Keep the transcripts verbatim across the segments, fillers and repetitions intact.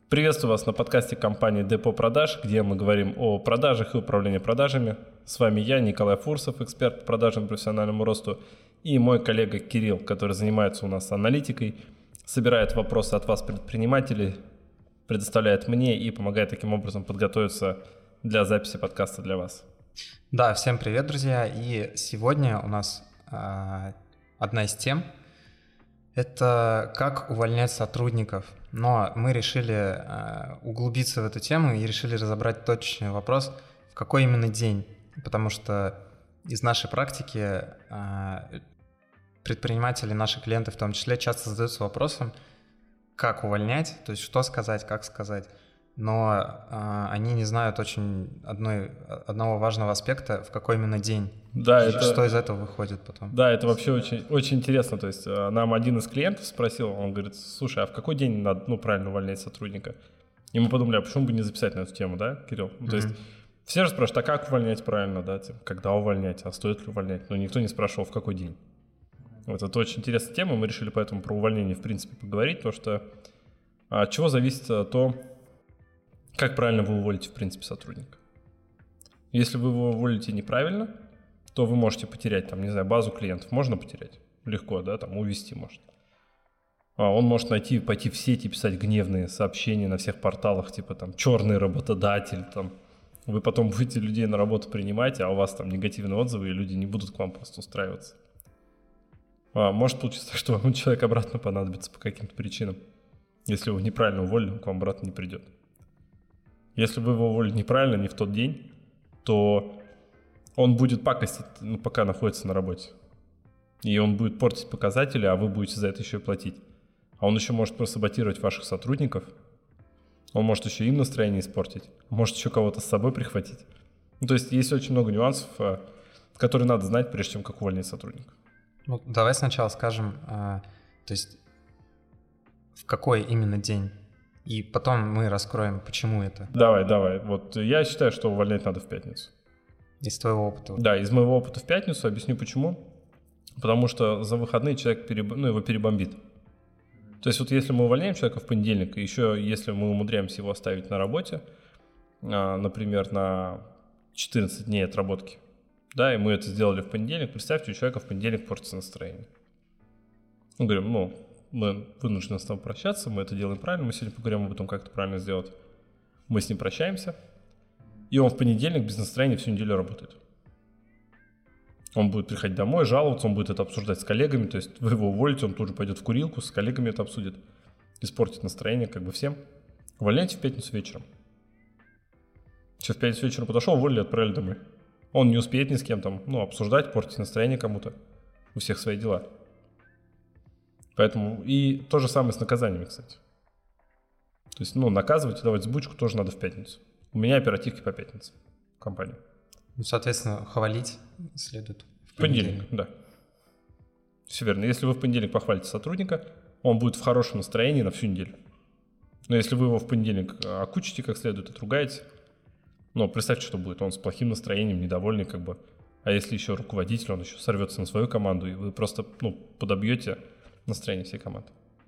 Приветствую вас на подкасте компании Депо Продаж, где мы говорим о продажах и управлении продажами. С вами я, Николай Фурсов, эксперт по продажам и профессиональному росту, и мой коллега Кирилл, который занимается у нас аналитикой, собирает вопросы от вас, предпринимателей, предоставляет мне и помогает таким образом подготовиться для записи подкаста для вас. Да, всем привет, друзья. И сегодня у нас э, одна из тем – это как увольнять сотрудников. Но мы решили э, углубиться в эту тему и решили разобрать точный вопрос, в какой именно день. Потому что из нашей практики э, предприниматели, наши клиенты в том числе, часто задаются вопросом, как увольнять, то есть что сказать, как сказать. Но э, они не знают очень одной, одного важного аспекта, в какой именно день, да, и это, что из этого выходит потом. Да, это вообще очень, очень интересно. То есть нам один из клиентов спросил, он говорит, слушай, а в какой день надо ну, правильно увольнять сотрудника? И мы подумали, а почему бы не записать на эту тему, да, Кирилл? Mm-hmm. То есть все же спрашивают, а как увольнять правильно, да, типа, когда увольнять, а стоит ли увольнять? Но никто не спрашивал, в какой день. Вот это очень интересная тема, мы решили поэтому про увольнение в принципе поговорить, потому что от чего зависит то, как правильно вы уволите, в принципе, сотрудника. Если вы его уволите неправильно, то вы можете потерять, там, не знаю, базу клиентов. Можно потерять? Легко, да, там, увести может. А он может найти, пойти в сети, писать гневные сообщения на всех порталах, типа, там, черный работодатель, там. Вы потом будете людей на работу принимать, а у вас там негативные отзывы, и люди не будут к вам просто устраиваться. А может получиться, что вам человек обратно понадобится по каким-то причинам. Если вы неправильно уволили, он к вам обратно не придет. Если вы его уволили неправильно, не в тот день, то он будет пакостить, ну, пока находится на работе. И он будет портить показатели, а вы будете за это еще и платить. А он еще может просаботировать ваших сотрудников. Он может еще им настроение испортить. Может еще кого-то с собой прихватить. Ну, то есть есть очень много нюансов, которые надо знать, прежде чем как увольнять сотрудника. Ну, давай сначала скажем, а, то есть в какой именно день, и потом мы раскроем, почему это. Давай, давай. Вот я считаю, что увольнять надо в пятницу. Из твоего опыта? Да, из моего опыта в пятницу. Объясню почему. Потому что за выходные человек переб... ну, его перебомбит. То есть вот если мы увольняем человека в понедельник, и еще если мы умудряемся его оставить на работе, например, на четырнадцать дней отработки, да, и мы это сделали в понедельник, представьте, у человека в понедельник портится настроение. Мы говорим, ну, мы вынуждены с тобой прощаться, мы это делаем правильно, мы сегодня поговорим об этом, как это правильно сделать. Мы с ним прощаемся, и он в понедельник без настроения всю неделю работает. Он будет приходить домой, жаловаться, он будет это обсуждать с коллегами, то есть вы его уволите, он тут же пойдет в курилку, с коллегами это обсудит, испортит настроение как бы всем. Увольняйте в пятницу вечером. Сейчас в пятницу вечером подошел, уволили, отправили домой. Он не успеет ни с кем там, ну, обсуждать, портить настроение кому-то. У всех свои дела. Поэтому и то же самое с наказаниями, кстати. То есть, ну, наказывать и давать сбучку тоже надо в пятницу. У меня оперативки по пятницам в компании. Ну, соответственно, хвалить следует в понедельник. В понедельник, да. Все верно. Если вы в понедельник похвалите сотрудника, он будет в хорошем настроении на всю неделю. Но если вы его в понедельник окучите как следует, отругаете, ну, представьте, что будет. Он с плохим настроением, недовольный как бы. А если еще руководитель, он еще сорвется на свою команду, и вы просто, ну, подобьете настроение всей команды.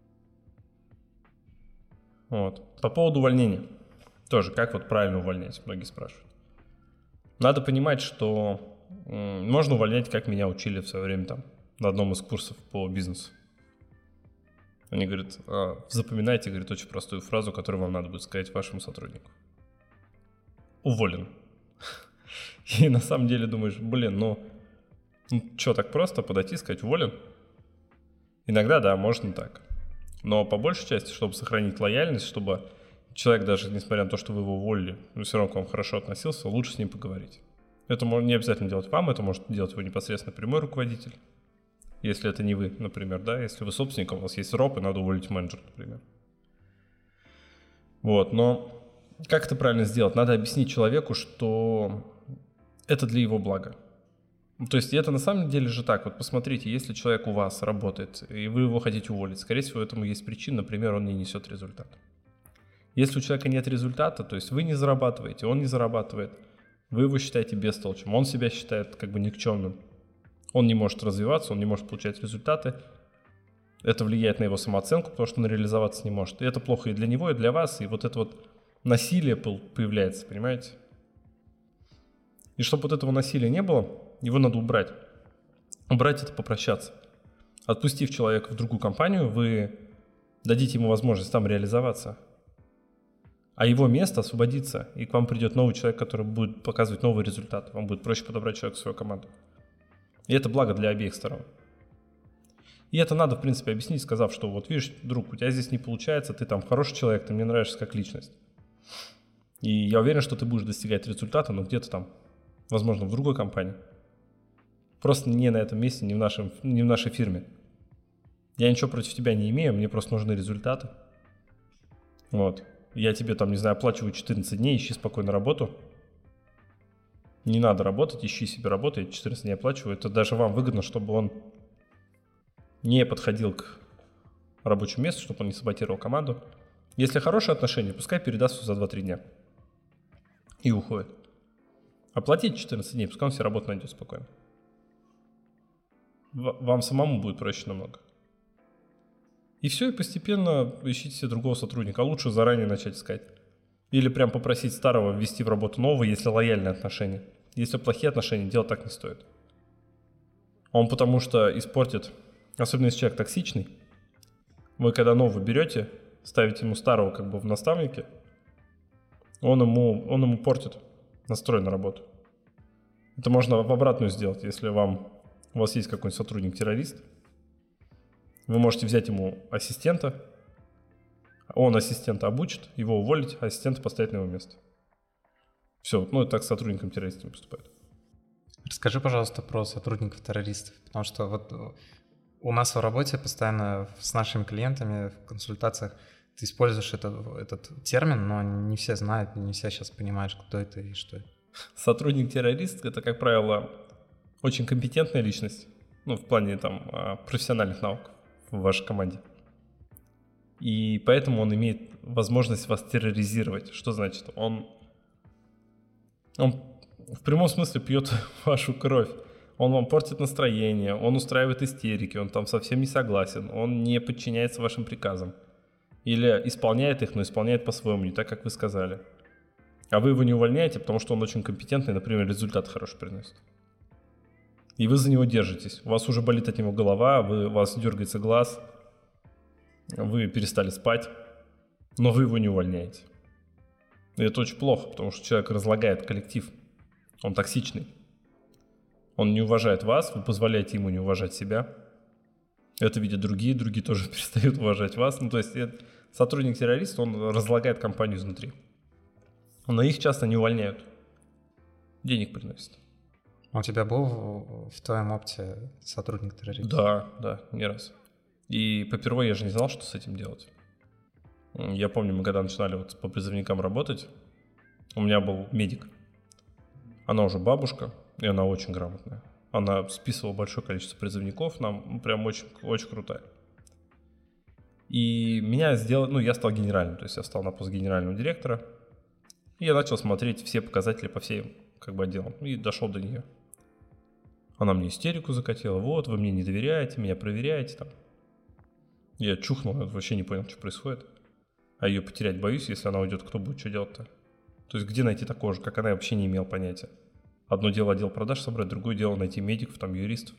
Вот. По поводу увольнения. Тоже, как вот правильно увольнять, многие спрашивают. Надо понимать, что м, можно увольнять, как меня учили в свое время там на одном из курсов по бизнесу. Они говорят, а, запоминайте, говорит, очень простую фразу, которую вам надо будет сказать вашему сотруднику. Уволен. И на самом деле думаешь, блин, ну, ну что, так просто подойти и сказать уволен? Иногда, да, можно так. Но по большей части, чтобы сохранить лояльность, чтобы человек, даже несмотря на то, что вы его уволили, но все равно к вам хорошо относился, лучше с ним поговорить. Это не обязательно делать вам, это может делать его непосредственно прямой руководитель. Если это не вы, например, да, если вы собственник, у вас есть роб, и надо уволить менеджера, например. Вот, но как это правильно сделать? Надо объяснить человеку, что это для его блага. То есть это на самом деле же так. Вот посмотрите, если человек у вас работает, и вы его хотите уволить, скорее всего, этому есть причина, например, он не несет результат. Если у человека нет результата, то есть вы не зарабатываете, он не зарабатывает, вы его считаете бестолочем, он себя считает как бы никчемным, он не может развиваться, он не может получать результаты, Это влияет на его самооценку, потому что он реализоваться не может. И это плохо и для него, и для вас. И вот это вот насилие появляется, понимаете? И чтобы вот этого насилия не было, его надо убрать. Убрать — это попрощаться. Отпустив человека в другую компанию, вы дадите ему возможность там реализоваться. А его место освободится, и к вам придет новый человек, который будет показывать новый результат. Вам будет проще подобрать человека в свою команду. И это благо для обеих сторон. И это надо, в принципе, объяснить, сказав, что вот видишь, друг, у тебя здесь не получается, ты там хороший человек, ты мне нравишься как личность. И я уверен, что ты будешь достигать результата, но где-то там, возможно, в другой компании. Просто не на этом месте, не в, нашем, не в нашей фирме. Я ничего против тебя не имею, мне просто нужны результаты. Вот. Я тебе там, не знаю, оплачиваю четырнадцать дней, ищи спокойно работу. Не надо работать, ищи себе работу, я четырнадцать дней оплачиваю. Это даже вам выгодно, чтобы он не подходил к рабочему месту, чтобы он не саботировал команду. Если хорошие отношения, пускай передаст все за два-три дня. И уходит. Оплатить четырнадцать дней, пускай он себе работу найдет спокойно. Вам самому будет проще намного. И все, и постепенно ищите себе другого сотрудника. А лучше заранее начать искать. Или прям попросить старого ввести в работу нового, если лояльные отношения. Если плохие отношения, делать так не стоит. Он потому что испортит, особенно если человек токсичный. Вы когда нового берете, ставите ему старого как бы в наставнике, он ему, он ему портит настрой на работу. Это можно в обратную сделать, если вам, у вас есть какой-нибудь сотрудник-террорист. Вы можете взять ему ассистента, он ассистента обучит, его уволить, а ассистента поставить на его место. Все, ну это так с сотрудником-террористами поступает. Расскажи, пожалуйста, про сотрудников-террористов, потому что вот у нас в работе постоянно с нашими клиентами в консультациях ты используешь этот, этот термин, но не все знают, не все сейчас понимают, кто это и что это. Сотрудник-террорист — это, как правило, очень компетентная личность, ну, в плане там профессиональных навыков в вашей команде. И поэтому он имеет возможность вас терроризировать. Что значит? Он, он в прямом смысле пьет вашу кровь. Он вам портит настроение, он устраивает истерики, он там совсем не согласен, он не подчиняется вашим приказам. Или исполняет их, но исполняет по-своему, не так, как вы сказали. А вы его не увольняете, потому что он очень компетентный, например, результат хороший приносит. И вы за него держитесь. У вас уже болит от него голова, вы, у вас дергается глаз, вы перестали спать, но вы его не увольняете. И это очень плохо, потому что человек разлагает коллектив. Он токсичный. Он не уважает вас, вы позволяете ему не уважать себя. Это видят другие, другие тоже перестают уважать вас. Ну, то есть сотрудник-террорист, он разлагает компанию изнутри. Но их часто не увольняют. Денег приносят. А у тебя был в, в твоем опыте сотрудник-террорист? Да, да, не раз. И попервые я же не знал, что с этим делать. Я помню, мы когда начинали вот по призывникам работать, у меня был медик. Она уже бабушка, и она очень грамотная. Она списывала большое количество призывников, нам прям очень, очень крутая. И меня сделали, ну, я стал генеральным, то есть я стал на пост генерального директора. И я начал смотреть все показатели по всем как бы отделам, и дошел до нее. Она мне истерику закатила, вот, вы мне не доверяете, меня проверяете там. Я чухнул, я вообще не понял, что происходит. А ее потерять боюсь, если она уйдет, кто будет что делать-то? То есть где найти такого же, как она, я вообще не имел понятия. Одно дело отдел продаж собрать, другое дело найти медиков, там, юристов.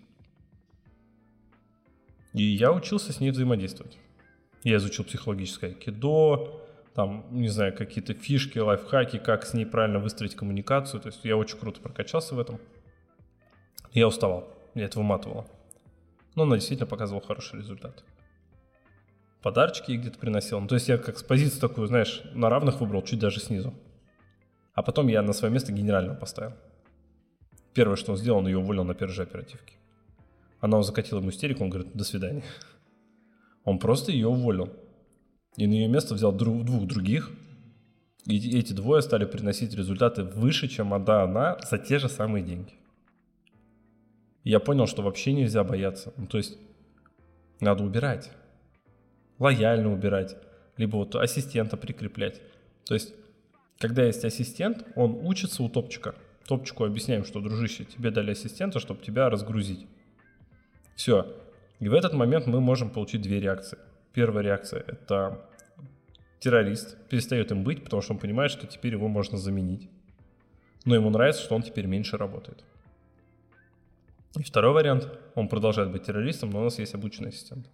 И я учился с ней взаимодействовать. Я изучил психологическое айкидо, там, не знаю, какие-то фишки, лайфхаки, как с ней правильно выстроить коммуникацию. То есть я очень круто прокачался в этом. Я уставал, я это выматывало. Но она действительно показывала хороший результат. Подарочки ей где-то приносил. Ну, то есть я как с позиции такую, знаешь, на равных выбрал, чуть даже снизу. А потом я на свое место генерального поставил. Первое, что он сделал, он ее уволил на первой же оперативке. Она закатила ему истерику, он говорит, до свидания. Он просто ее уволил. И на ее место взял друг, двух других. И эти двое стали приносить результаты выше, чем одна она за те же самые деньги. И я понял, что вообще нельзя бояться. Ну, то есть надо убирать. Лояльно убирать. Либо вот ассистента прикреплять. То есть, когда есть ассистент, он учится у топчика. Топчику объясняем, что, дружище, тебе дали ассистента, чтобы тебя разгрузить. Все. И в этот момент мы можем получить две реакции. Первая реакция – это террорист перестает им быть, потому что он понимает, что теперь его можно заменить. Но ему нравится, что он теперь меньше работает. И второй вариант – он продолжает быть террористом, но у нас есть обученный ассистент.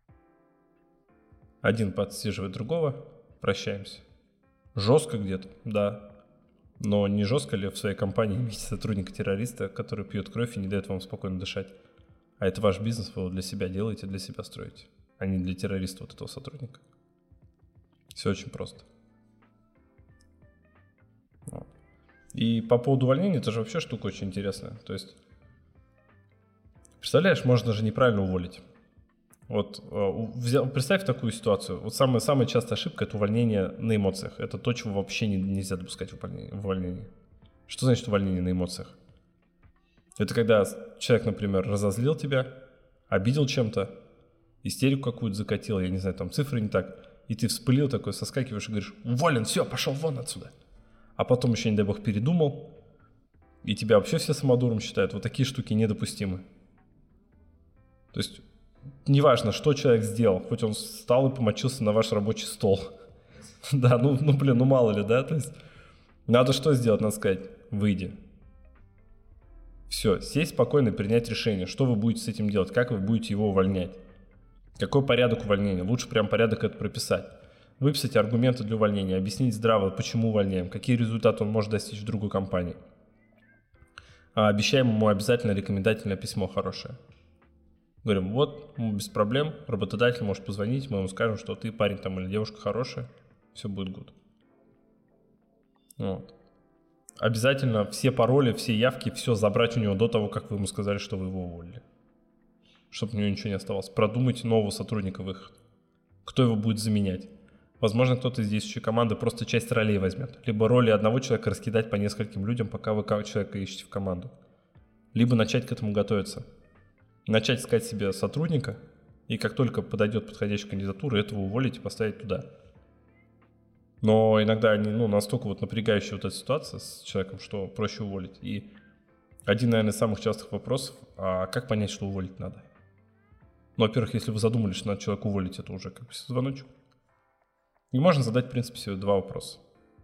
Один подсиживает другого, прощаемся. Жестко где-то, да. Но не жестко ли в своей компании иметь сотрудника-террориста, который пьет кровь и не дает вам спокойно дышать? А это ваш бизнес, вы его для себя делаете, для себя строите, а не для террориста вот этого сотрудника. Все очень просто. Вот. И по поводу увольнения, это же вообще штука очень интересная. То есть, представляешь, можно же неправильно уволить. Вот взял, представь такую ситуацию. Вот самая, самая частая ошибка – это увольнение на эмоциях. Это то, чего вообще не, нельзя допускать в увольнении, в увольнении. Что значит увольнение на эмоциях? Это когда человек, например, разозлил тебя, обидел чем-то, истерику какую-то закатил, я не знаю, там цифры не так, и ты вспылил такой, соскакиваешь и говоришь: уволен, все, пошел вон отсюда. А потом еще, не дай бог, передумал, и тебя вообще все самодуром считают. Вот такие штуки недопустимы. То есть неважно, что человек сделал, хоть он встал и помочился на ваш рабочий стол. Да, ну, ну, блин, ну мало ли, да? То есть надо что сделать? Надо сказать: выйди. Все, сесть спокойно и принять решение, что вы будете с этим делать, как вы будете его увольнять. Какой порядок увольнения? Лучше прям порядок это прописать. Выписать аргументы для увольнения, объяснить здраво, почему увольняем, какие результаты он может достичь в другой компании. А обещаем ему обязательно рекомендательное письмо хорошее. Говорим: вот, без проблем, работодатель может позвонить, мы ему скажем, что ты парень там или девушка хорошая, все будет good. Вот. Обязательно все пароли, все явки, все забрать у него до того, как вы ему сказали, что вы его уволили. Чтобы у него ничего не оставалось. Продумайте нового сотрудника выход. Кто его будет заменять? Возможно, кто-то из действующей команды просто часть ролей возьмет. Либо роли одного человека раскидать по нескольким людям, пока вы человека ищете в команду. Либо начать к этому готовиться. Начать искать себе сотрудника, и как только подойдет подходящая кандидатура, этого уволить и поставить туда. Но иногда они, ну, настолько вот напрягающая вот эта ситуация с человеком, что проще уволить. И один, наверное, из самых частых вопросов: а как понять, что уволить надо? Ну, во-первых, если вы задумались, что надо человека уволить, это уже как бы звоночек. И можно задать, в принципе, себе два вопроса.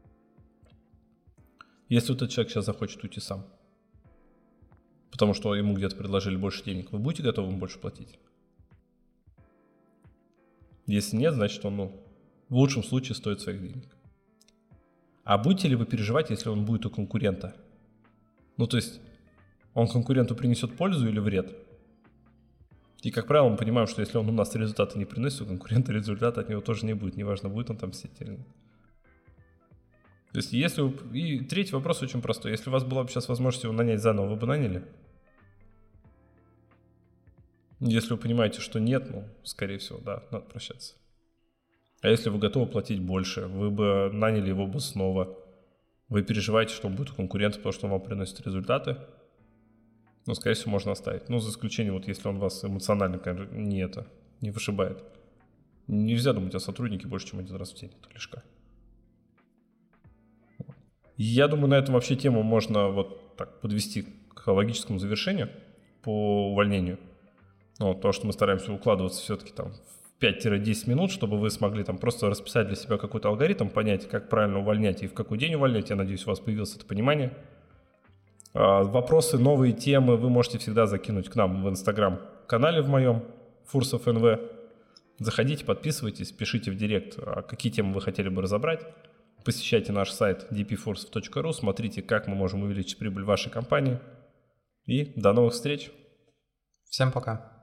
Если вот этот человек сейчас захочет уйти сам, потому что ему где-то предложили больше денег, вы будете готовы ему больше платить? Если нет, значит он, ну, в лучшем случае стоит своих денег. А будете ли вы переживать, если он будет у конкурента? Ну, то есть, он конкуренту принесет пользу или вред? И, как правило, мы понимаем, что если он у нас результаты не приносит, у конкурента результата от него тоже не будет. Неважно, будет он там сидеть или нет. То есть, если вы... И третий вопрос очень простой. Если у вас была бы сейчас возможность его нанять заново, вы бы наняли? Если вы понимаете, что нет, ну, скорее всего, да, надо прощаться. А если вы готовы платить больше, вы бы наняли его бы снова. Вы переживаете, что он будет у конкурента, потому что он вам приносит результаты. Ну, скорее всего, можно оставить. Ну, за исключением, вот если он вас эмоционально, конечно, не это, не вышибает. Нельзя думать о сотруднике больше, чем один раз в день. Это лишка. Я думаю, на этом вообще тему можно вот так подвести к логическому завершению по увольнению. Ну, то, что мы стараемся укладываться все-таки там в пять-десять минут, чтобы вы смогли там просто расписать для себя какой-то алгоритм, понять, как правильно увольнять и в какой день увольнять. Я надеюсь, у вас появилось это понимание. Вопросы, новые темы вы можете всегда закинуть к нам в инстаграм-канале в моем, Фурсов эн вэ. Заходите, подписывайтесь, пишите в директ, какие темы вы хотели бы разобрать. Посещайте наш сайт ди пи фурсов точка ру, смотрите, как мы можем увеличить прибыль вашей компании. И до новых встреч. Всем пока.